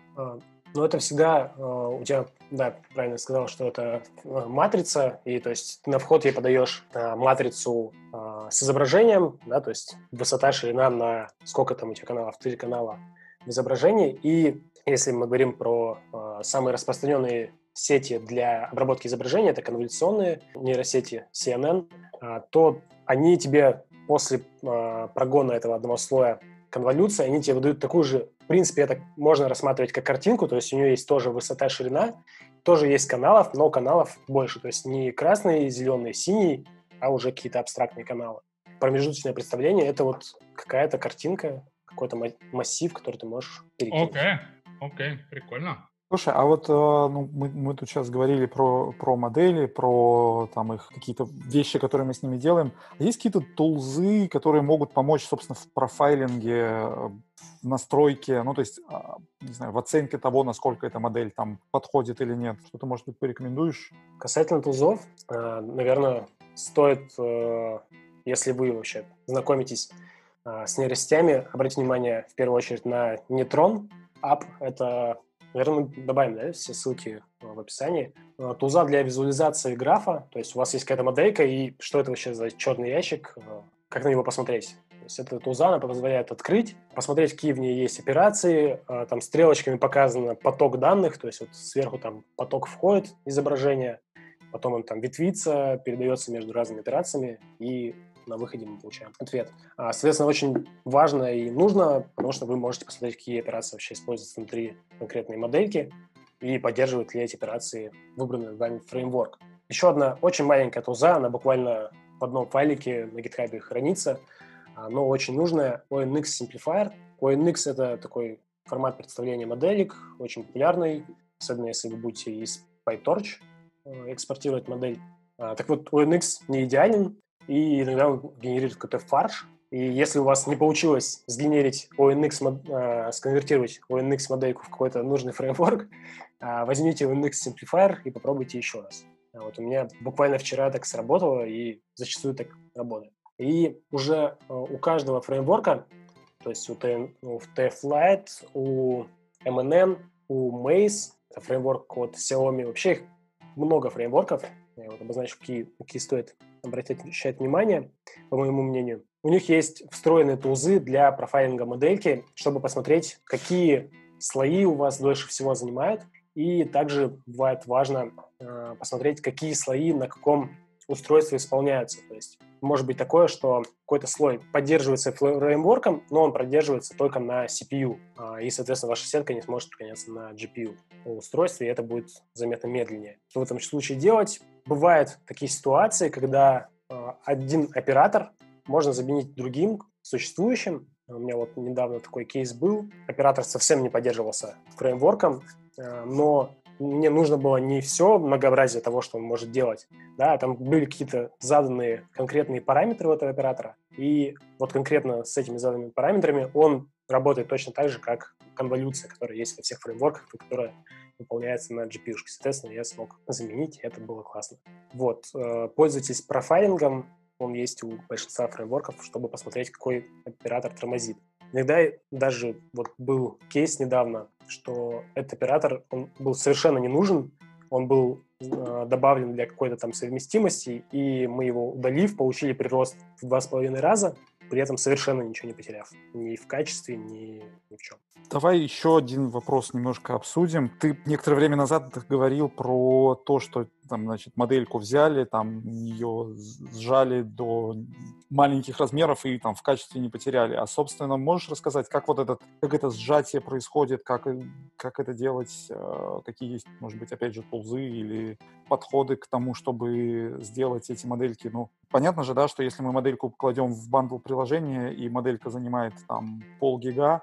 Ну, это всегда у тебя, да, правильно сказал, что это матрица, и то есть на вход ей подаешь матрицу с изображением, да, то есть высота, ширина на сколько там у тебя каналов, 4 канала в изображении, и если мы говорим про самые распространенные сети для обработки изображения, это конволюционные нейросети CNN, то они тебе после прогона этого одного слоя конволюции, они тебе выдают такую же, в принципе, это можно рассматривать как картинку, то есть у нее есть тоже высота, ширина, тоже есть каналов, но каналов больше, то есть не красный, зеленый, синий, а уже какие-то абстрактные каналы. Промежуточное представление – это вот какая-то картинка, какой-то массив, который ты можешь перекинуть. Окей, прикольно. Слушай, а вот ну, мы тут сейчас говорили про модели, про там их какие-то вещи, которые мы с ними делаем. А есть какие-то тулзы, которые могут помочь, собственно, в профайлинге, в настройке, ну, то есть, не знаю, в оценке того, насколько эта модель там подходит или нет? Что-то, может быть, порекомендуешь? Касательно тулзов, наверное, стоит если вы вообще знакомитесь с нейросетями, обратите внимание в первую очередь на Neutron App. Это, наверное, мы добавим, да, все ссылки в описании. Тулза для визуализации графа, то есть у вас есть какая-то моделька, и что это вообще за черный ящик, как на него посмотреть. То есть эта тулза, она позволяет открыть, посмотреть, какие в ней есть операции, там стрелочками показано поток данных, то есть вот сверху там поток входит изображение, потом он там ветвится, передается между разными операциями, и на выходе мы получаем ответ. Соответственно, очень важно и нужно, потому что вы можете посмотреть, какие операции вообще используются внутри конкретной модельки и поддерживает ли эти операции выбранный вами фреймворк. Еще одна очень маленькая тулза, она буквально в одном файлике на GitHub хранится, но очень нужная, ONNX Simplifier. ONNX — это такой формат представления моделек, очень популярный, особенно если вы будете из PyTorch экспортировать модель. Так вот, ONNX не идеален, и иногда он генерирует какой-то фарш. И если у вас не получилось сгенерить ONNX, сконвертировать ONNX-модельку в какой-то нужный фреймворк, возьмите ONNX Simplifier и попробуйте еще раз. Вот у меня буквально вчера так сработало, и зачастую так работает. И уже у каждого фреймворка, то есть у TF-Lite, у MNN, у Maze, это фреймворк от Xiaomi, вообще их много фреймворков, я вот обозначу, какие стоит обращать внимание, по моему мнению. У них есть встроенные тулзы для профайлинга модельки, чтобы посмотреть, какие слои у вас дольше всего занимают, и также бывает важно посмотреть, какие слои на каком устройстве исполняются. То есть может быть такое, что какой-то слой поддерживается фреймворком, но он поддерживается только на CPU, и, соответственно, ваша сетка не сможет применяться на GPU устройстве, и это будет заметно медленнее. Что в этом случае делать? Бывают такие ситуации, когда один оператор можно заменить другим, существующим. У меня вот недавно такой кейс был. Оператор совсем не поддерживался фреймворком, но мне нужно было не все многообразие того, что он может делать. Да, там были какие-то заданные конкретные параметры у этого оператора, и вот конкретно с этими заданными параметрами он работает точно так же, как конволюция, которая есть во всех фреймворках, и которая выполняется на GPU-шке. Соответственно, я смог заменить, и это было классно. Вот, пользуйтесь профайлингом, он есть у большинства фреймворков, чтобы посмотреть, какой оператор тормозит. Иногда даже вот был кейс недавно, что этот оператор, он был совершенно не нужен, он был добавлен для какой-то там совместимости, и мы его удалив, получили прирост в 2,5 раза, при этом совершенно ничего не потеряв. Ни в качестве, ни в чем. Давай еще один вопрос немножко обсудим. Ты некоторое время назад говорил про то, что там, значит, модельку взяли, там ее сжали до маленьких размеров и там в качестве не потеряли. А, собственно, можешь рассказать, как это сжатие происходит, как это делать, какие есть, может быть, опять же, тулзы или подходы к тому, чтобы сделать эти модельки? Ну, понятно же, да, что если мы модельку кладем в бандл приложения, и моделька занимает там полгига,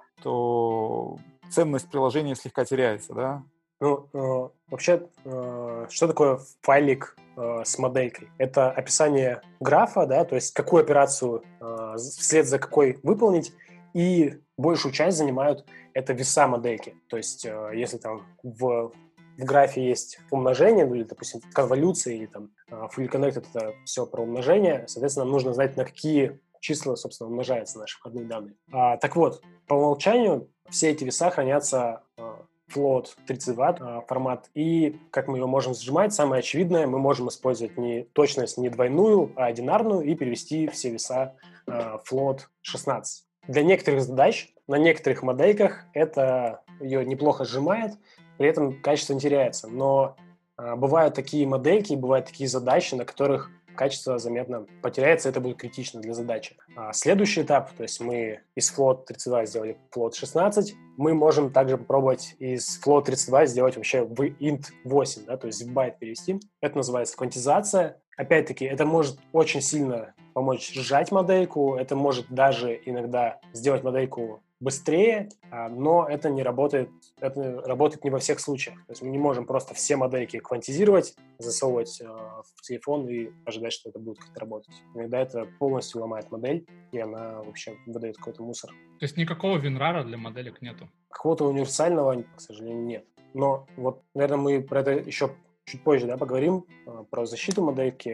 то ценность приложения слегка теряется, да? Ну, вообще, что такое файлик с моделькой? Это описание графа, да, то есть какую операцию вслед за какой выполнить, и большую часть занимают это веса модельки. То есть если там в графе есть умножение, или, допустим, конволюция, или там fully connected, это все про умножение, соответственно, нам нужно знать, на какие числа, собственно, умножаются наши входные данные. Так вот, по умолчанию все эти веса хранятся float 32 формат, и как мы его можем сжимать, самое очевидное, мы можем использовать не точность не двойную, а одинарную и перевести все веса float 16. Для некоторых задач, на некоторых модельках это ее неплохо сжимает, при этом качество не теряется, но бывают такие модельки, бывают такие задачи, на которых качество заметно потеряется, это будет критично для задачи. Следующий этап, то есть мы из float 32 сделали float 16, мы можем также попробовать из float 32 сделать вообще в int 8, да, то есть в байт перевести. Это называется квантизация. Опять-таки, это может очень сильно помочь сжать модельку, это может даже иногда сделать модельку быстрее, но это не работает, это работает не во всех случаях. То есть мы не можем просто все модельки квантизировать, засовывать в телефон и ожидать, что это будет как-то работать. Иногда это полностью ломает модель, и она вообще выдает какой-то мусор. То есть никакого WinRAR для моделек нету? Какого-то универсального, к сожалению, нет. Но вот, наверное, мы про это еще чуть позже, да, поговорим, про защиту модельки.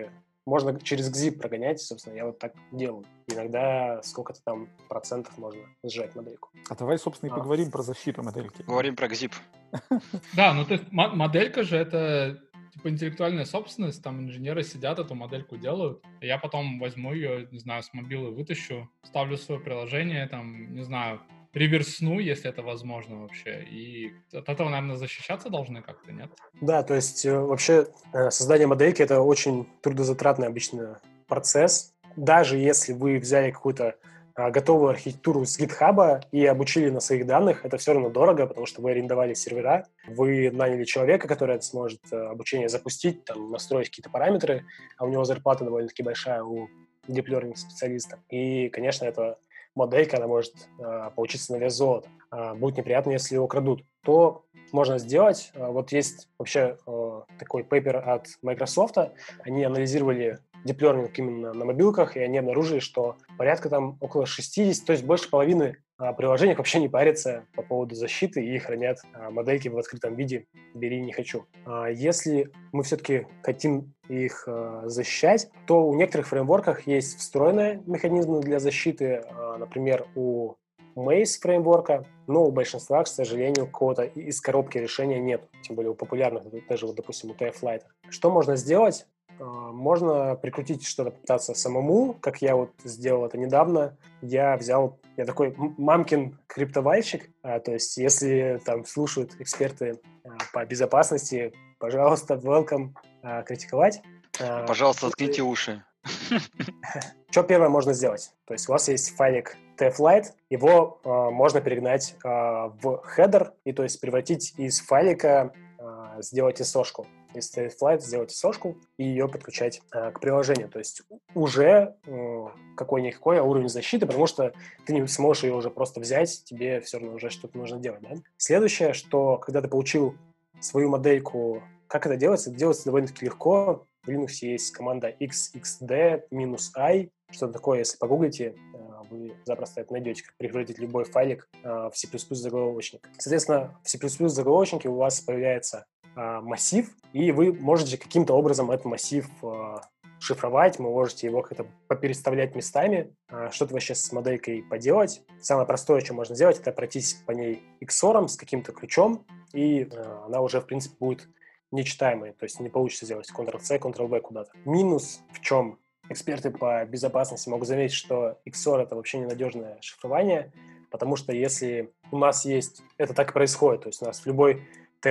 можно через GZIP прогонять, собственно, я вот так делаю. Иногда сколько-то там процентов можно сжать модельку. А давай, собственно, и поговорим про защиту модельки. Говорим про GZIP. Да, ну то есть моделька же это типа интеллектуальная собственность, там инженеры сидят, эту модельку делают. Я потом возьму ее, не знаю, с мобилы вытащу, ставлю свое приложение, там, не знаю, реверсну, если это возможно вообще. И от этого, наверное, защищаться должны как-то, нет? Да, то есть вообще создание модельки — это очень трудозатратный обычно процесс. Даже если вы взяли какую-то готовую архитектуру с GitHub и обучили на своих данных, это все равно дорого, потому что вы арендовали сервера, вы наняли человека, который сможет обучение запустить, там, настроить какие-то параметры, а у него зарплата довольно-таки большая у Deep Learning специалиста. И, конечно, эта моделька, она может получиться на вес золота. Будет неприятно, если ее украдут. То можно сделать. Вот есть вообще такой пейпер от Microsoft. Они анализировали Deep Learning именно на мобилках, и они обнаружили, что порядка там около 60, то есть больше половины приложений вообще не парятся по поводу защиты и хранят модельки в открытом виде. Бери, не хочу. Если мы все-таки хотим их защищать, то у некоторых фреймворках есть встроенные механизмы для защиты. Например, у Maze фреймворка, но у большинства, к сожалению, какого-то из коробки решения нет. Тем более у популярных, даже, вот, допустим, у TF-Lite. Что можно сделать? Можно прикрутить что-то, попытаться самому, как я вот сделал это недавно. Я такой мамкин криптовальщик, то есть если там слушают эксперты по безопасности, пожалуйста, welcome критиковать. Пожалуйста, заткните уши. Что первое можно сделать? То есть у вас есть файлик TF-Lite, его можно перегнать в хедер, и то есть превратить из файлика, сделать ISO-шку. Из TF-Lite сделать ISO-шку и ее подключать к приложению. То есть уже какой-никакой уровень защиты, потому что ты не сможешь ее уже просто взять, тебе все равно уже что-то нужно делать. Да? Следующее, что когда ты получил свою модельку, как это делается? Это делается довольно-таки легко. В Linux есть команда xxd-i. Что такое, если погуглите, вы запросто это найдете, как превратить любой файлик в C++ заголовочник. Соответственно, в C++ заголовочнике у вас появляется массив, и вы можете каким-то образом этот массив шифровать, вы можете его как-то попереставлять местами, что-то вообще с моделькой поделать. Самое простое, что можно сделать, это пройтись по ней XOR с каким-то ключом, и она уже, в принципе, будет нечитаемой, то есть не получится сделать Ctrl-C, Ctrl-V куда-то. Минус в чем? Эксперты по безопасности могут заметить, что XOR — это вообще ненадежное шифрование, потому что если у нас есть... Это так и происходит, то есть у нас в любой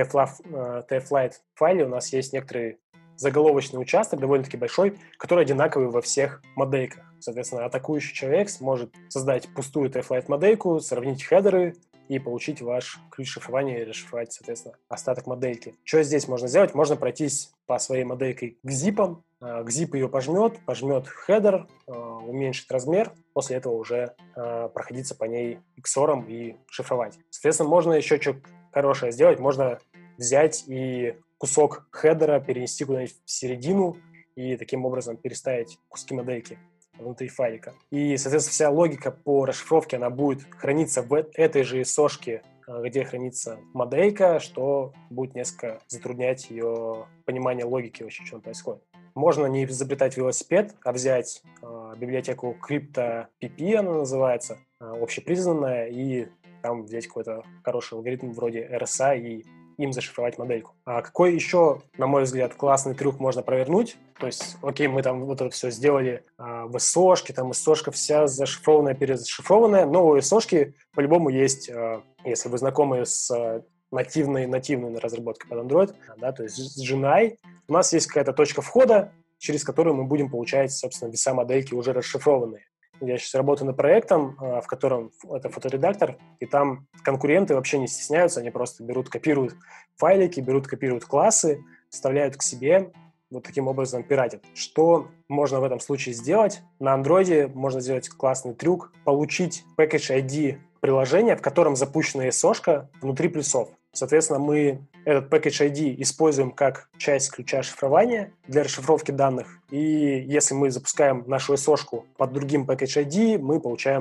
TF-Lite файле у нас есть некоторый заголовочный участок, довольно-таки большой, который одинаковый во всех модельках. Соответственно, атакующий человек сможет создать пустую TF-Lite модельку, сравнить хедеры и получить ваш ключ шифрования и расшифровать, соответственно, остаток модельки. Что здесь можно сделать? Можно пройтись по своей модельке к зипам. GZIP ее пожмет хедер, уменьшит размер, после этого уже проходиться по ней XOR и шифровать. Соответственно, можно еще что хорошее сделать. Можно взять и кусок хедера перенести куда-нибудь в середину и таким образом переставить куски модельки внутри файлика. И, соответственно, вся логика по расшифровке, она будет храниться в этой же ISO-шке, где хранится моделька, что будет несколько затруднять ее понимание логики вообще, что происходит. Можно не изобретать велосипед, а взять библиотеку CryptoPP, она называется, общепризнанная, и там взять какой-то хороший алгоритм вроде RSA и им зашифровать модельку. А какой еще, на мой взгляд, классный трюк можно провернуть? То есть, окей, мы там вот это все сделали в ISO-шке, там ISO-шка вся зашифрованная, перезашифрованная, но у ISO-шки по-любому есть, если вы знакомы с нативной разработкой под Android, да, то есть с GNI, у нас есть какая-то точка входа, через которую мы будем получать, собственно, веса модельки уже расшифрованные. Я сейчас работаю над проектом, в котором это фоторедактор, и там конкуренты вообще не стесняются, они просто копируют файлики, копируют классы, вставляют к себе, вот таким образом пиратят. Что можно в этом случае сделать? На Android можно сделать классный трюк, получить package ID приложения, в котором запущена ISO-шка внутри плюсов. Соответственно, мы этот package ID используем как часть ключа шифрования для расшифровки данных. И если мы запускаем нашу ISO-шку под другим package ID, мы получаем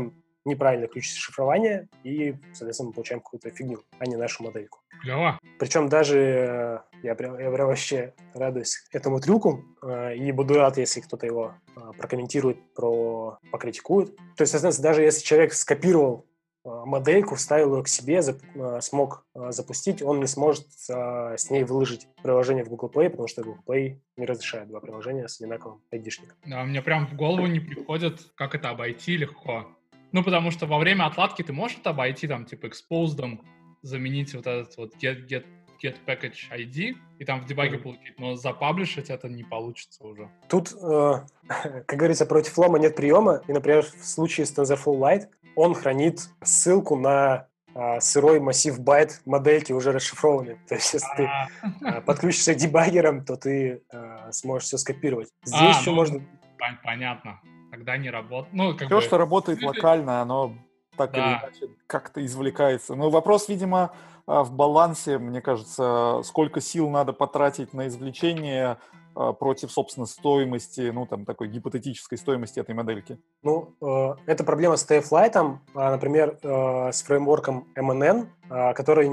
неправильный ключ шифрования, и, соответственно, мы получаем какую-то фигню, а не нашу модельку. Клево. Причем даже я прям вообще радуюсь этому трюку, и буду рад, если кто-то его прокомментирует, покритикует. То есть, соответственно, даже если человек скопировал модельку, вставил ее к себе, смог запустить, он не сможет с ней выложить приложение в Google Play, потому что Google Play не разрешает два приложения с одинаковым ID-шником. Да, мне прям в голову не приходит, как это обойти легко. Ну, потому что во время отладки ты можешь это обойти, там, типа, exposed, заменить вот этот вот get package ID и там в дебаге получить, но запаблишить это не получится уже. Тут, как говорится, против лома нет приема, и, например, в случае с TensorFlow Lite он хранит ссылку на сырой массив байт модельки уже расшифрованной. То есть, если ты подключишься к дебаггерам, то ты сможешь все скопировать. Здесь еще можно... Понятно. Тогда не работает. Ну, все, что работает локально, оно так или иначе как-то извлекается. Но вопрос, видимо, в балансе, мне кажется, сколько сил надо потратить на извлечение против, собственно, стоимости, ну, там, такой гипотетической стоимости этой модельки. Ну, это проблема с TF-Lite, например, с фреймворком MNN, который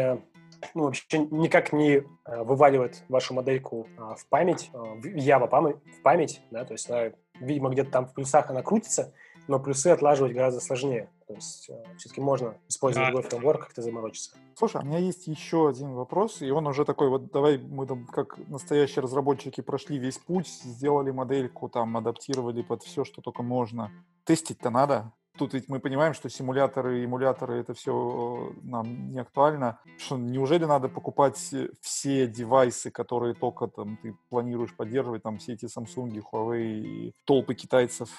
вообще никак не вываливает вашу модельку в память, в Java в память, да, то есть она, видимо, где-то там в плюсах она крутится, но плюсы отлаживать гораздо сложнее. То есть все-таки можно использовать другой фреймворк, как-то заморочиться. Слушай, у меня есть еще один вопрос, и он уже такой, вот давай мы там как настоящие разработчики прошли весь путь, сделали модельку, там адаптировали под все, что только можно. Тестить-то надо. Тут ведь мы понимаем, что симуляторы и эмуляторы это все нам не актуально. Что, неужели надо покупать все девайсы, которые только там ты планируешь поддерживать, там все эти Samsung, Huawei и толпы китайцев?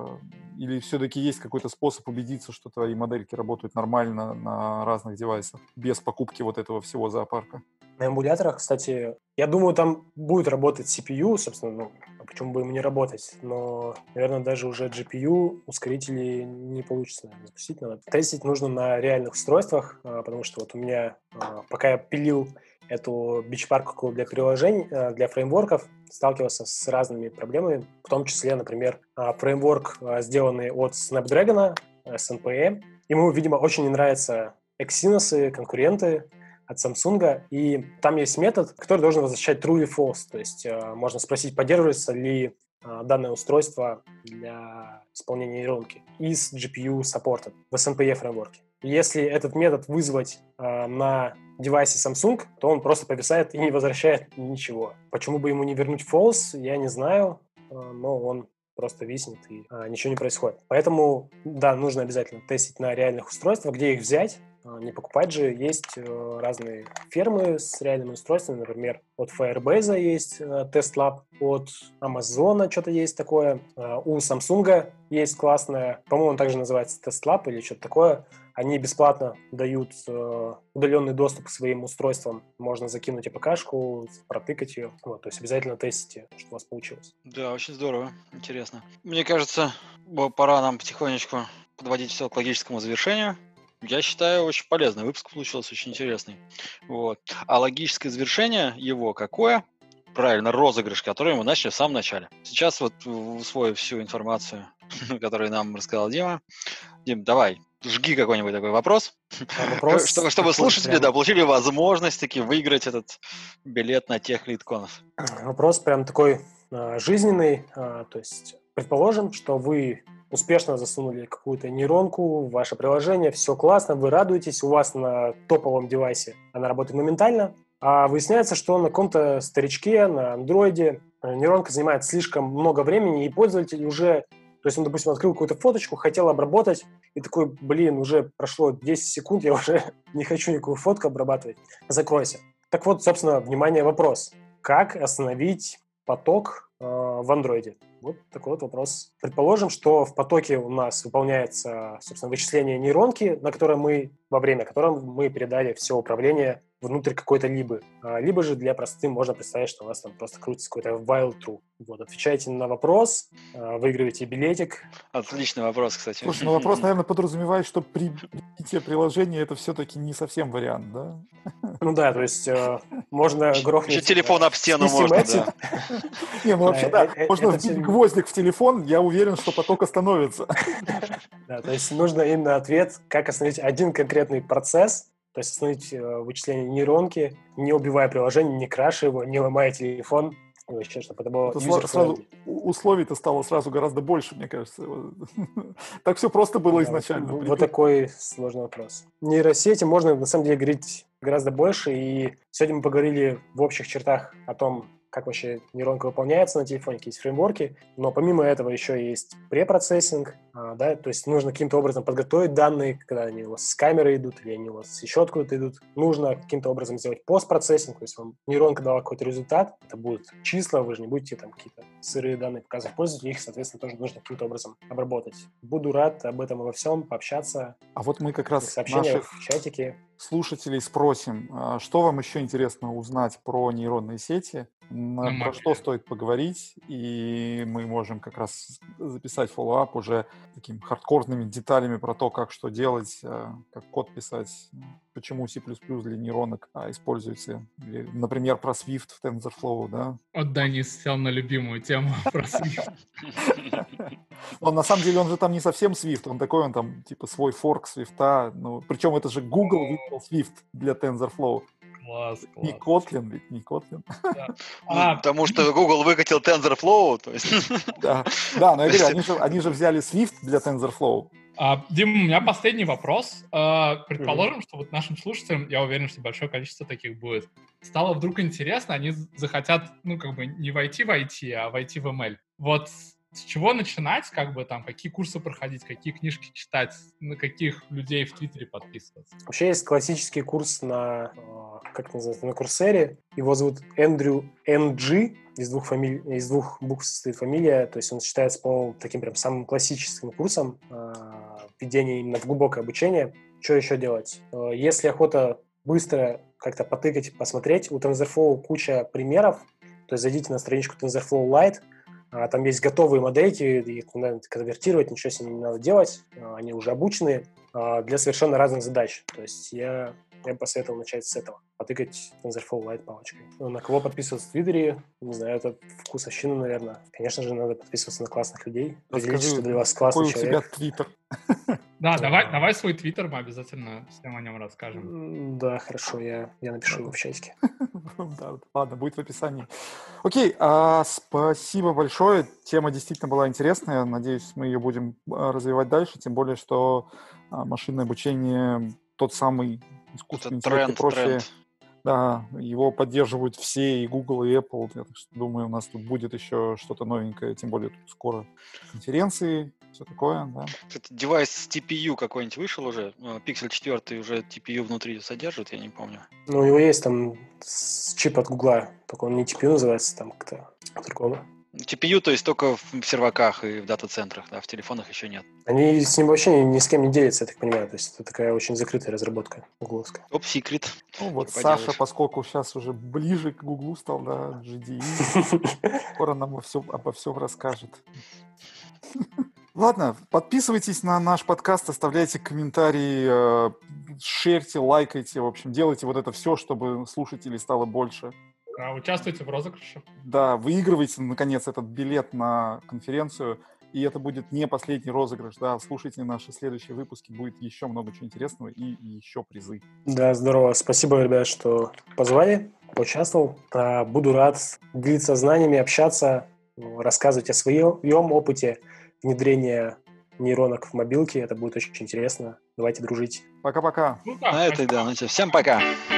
Или все-таки есть какой-то способ убедиться, что твои модельки работают нормально на разных девайсах, без покупки вот этого всего зоопарка? На эмуляторах, кстати, я думаю, там будет работать CPU, собственно, почему бы ему не работать, но, наверное, даже уже GPU ускорители не получится запустить. Надо тестить нужно на реальных устройствах, потому что вот у меня, пока я пилил эту бичпарку для приложений, для фреймворков, сталкивался с разными проблемами, в том числе, например, фреймворк, сделанный от Snapdragon, SNPE. Ему, видимо, очень не нравятся Exynos, конкуренты от Samsung, и там есть метод, который должен возвращать true или false, то есть можно спросить, поддерживается ли данное устройство для исполнения нейронки из GPU supported в SNPE фреймворке. Если этот метод вызвать на девайсе Samsung, то он просто повисает и не возвращает ничего. Почему бы ему не вернуть false, я не знаю, но он просто виснет и ничего не происходит. Поэтому, да, нужно обязательно тестить на реальных устройствах, где их взять. Не покупать же. Есть разные фермы с реальными устройствами. Например, от Firebase есть TestLab, от Amazon что-то есть такое. У Samsung есть классная, по-моему, он также называется TestLab или что-то такое. Они бесплатно дают удаленный доступ к своим устройствам. Можно закинуть АПК-шку, протыкать ее. Вот, то есть обязательно тестите, что у вас получилось. Да, очень здорово. Интересно. Мне кажется, пора нам потихонечку подводить все к логическому завершению. Я считаю, очень полезный выпуск получился, очень интересный. Вот. А логическое завершение его какое? Правильно, розыгрыш, который мы начали в самом начале. Сейчас вот, усвоив всю информацию, которую нам рассказал Дима. Дим, давай, жги какой-нибудь такой вопрос, чтобы слушатели получили возможность таки выиграть этот билет на тех литконов. Вопрос прям такой жизненный. То есть, предположим, что вы успешно засунули какую-то нейронку в ваше приложение, все классно, вы радуетесь, у вас на топовом девайсе она работает моментально, а выясняется, что на каком-то старичке, на андроиде нейронка занимает слишком много времени, и пользователь уже, то есть он, допустим, открыл какую-то фоточку, хотел обработать, и такой, уже прошло 10 секунд, я уже не хочу никакую фотку обрабатывать, закройся. Так вот, собственно, внимание, вопрос. Как остановить поток в андроиде? Вот такой вот вопрос. Предположим, что в потоке у нас выполняется, собственно, вычисление нейронки, во время которого мы передали все управление внутрь какой-то либо. Либо же для простоты можно представить, что у вас там просто крутится какой-то while true. Вот, отвечайте на вопрос, выигрываете билетик. Отличный вопрос, кстати. Слушай, вопрос, наверное, подразумевает, что прибитие приложения это все-таки не совсем вариант, да? Ну да, то есть можно грохнуть... Еще телефон об стену можно, да. Не, ну вообще да, можно вбить гвоздик в телефон, я уверен, что поток остановится. Да, то есть нужно именно ответ, как остановить один конкретный процесс, то есть остановить вычисление нейронки, не убивая приложение, не краши его, не ломая телефон, и вообще, чтобы это было сразу условий-то стало сразу гораздо больше, мне кажется. Так все просто было изначально. Вот такой сложный вопрос. Нейросети можно, на самом деле, говорить гораздо больше, и сегодня мы поговорили в общих чертах о том, как вообще нейронка выполняется на телефоне, какие есть фреймворки, но помимо этого еще есть препроцессинг, да, то есть нужно каким-то образом подготовить данные, когда они у вас с камеры идут или они у вас еще откуда-то идут. Нужно каким-то образом сделать постпроцессинг, то есть вам нейронка дала какой-то результат, это будут числа, вы же не будете там какие-то сырые данные показывать пользователю, их, соответственно, тоже нужно каким-то образом обработать. Буду рад об этом и во всем пообщаться. А вот мы как раз наших в чатике слушателей спросим, что вам еще интересно узнать про нейронные сети, про что стоит поговорить, и мы можем как раз записать фоллоуап уже такими хардкорными деталями про то, как что делать, как код писать, почему C++ для нейронок используется, или, например, про Swift в TensorFlow, да? Вот Денис сел на любимую тему про Swift. Но на самом деле он же там не совсем Swift, он такой, он там типа свой форк Swift, ну, причем это же Google выпустил Swift для TensorFlow. Класс. Не Kotlin, ведь не Kotlin. Потому что Google выкатил TensorFlow, то есть... Да, но я говорю, они же взяли Swift для TensorFlow. Дим, у меня последний вопрос. Предположим, что вот нашим слушателям, я уверен, что большое количество таких будет, стало вдруг интересно, они захотят, ну, как бы не войти в IT, а войти в ML. Вот с чего начинать, как бы там, какие курсы проходить, какие книжки читать, на каких людей в Твиттере подписываться? Вообще есть классический курс на, как это называется, на Курсере. Его зовут Эндрю NG, из двух букв состоит фамилия, то есть он считается, по-моему, таким прям самым классическим курсом введения именно в глубокое обучение. Что еще делать? Если охота быстро как-то потыкать, посмотреть, у TensorFlow куча примеров, то есть зайдите на страничку TensorFlow Lite, там есть готовые модельки, их не надо конвертировать, ничего с ними не надо делать, они уже обучены для совершенно разных задач. То есть я посоветовал начать с этого, потыкать TensorFlow Lite палочкой. На кого подписываться в Твиттере, не знаю, это вкусовщина, наверное. Конечно же, надо подписываться на классных людей. Расскажи, что для вас классный человек. Какой у тебя Твиттер? Да, давай свой Твиттер, мы обязательно всем о нем расскажем. Да, хорошо, я напишу его в чатике. Ладно, будет в описании. Окей, спасибо большое. Тема действительно была интересная. Надеюсь, мы ее будем развивать дальше, тем более, что машинное обучение, тот самый искусственный интеллект и прочее, да, его поддерживают все, и Google, и Apple. Я так что думаю, у нас тут будет еще что-то новенькое, тем более тут скоро конференции, все такое, да. Кстати, девайс с TPU какой-нибудь вышел уже? Pixel 4 уже TPU внутри содержит, я не помню. Ну, у него есть там чип от Google, только он не TPU называется, там как-то по-другому. TPU, то есть только в серваках и в дата-центрах, да, в телефонах еще нет. Они с ним вообще ни с кем не делятся, я так понимаю. То есть это такая очень закрытая разработка гугловская. Топ-секрет. Ну вот Саша, поскольку сейчас уже ближе к Гуглу стал, да, GDE, скоро нам обо всем расскажет. Ладно, подписывайтесь на наш подкаст, оставляйте комментарии, шерьте, лайкайте, в общем, делайте вот это все, чтобы слушателей стало больше. Участвуйте в розыгрыше. Да, выигрывайте, наконец, этот билет на конференцию, и это будет не последний розыгрыш, да, слушайте наши следующие выпуски, будет еще много чего интересного и еще призы. Да, здорово, спасибо, ребят, что позвали, поучаствовал. Буду рад делиться знаниями, общаться, рассказывать о своем опыте внедрения нейронок в мобилке, это будет очень интересно. Давайте дружить. Пока-пока. На этой, да, всем пока.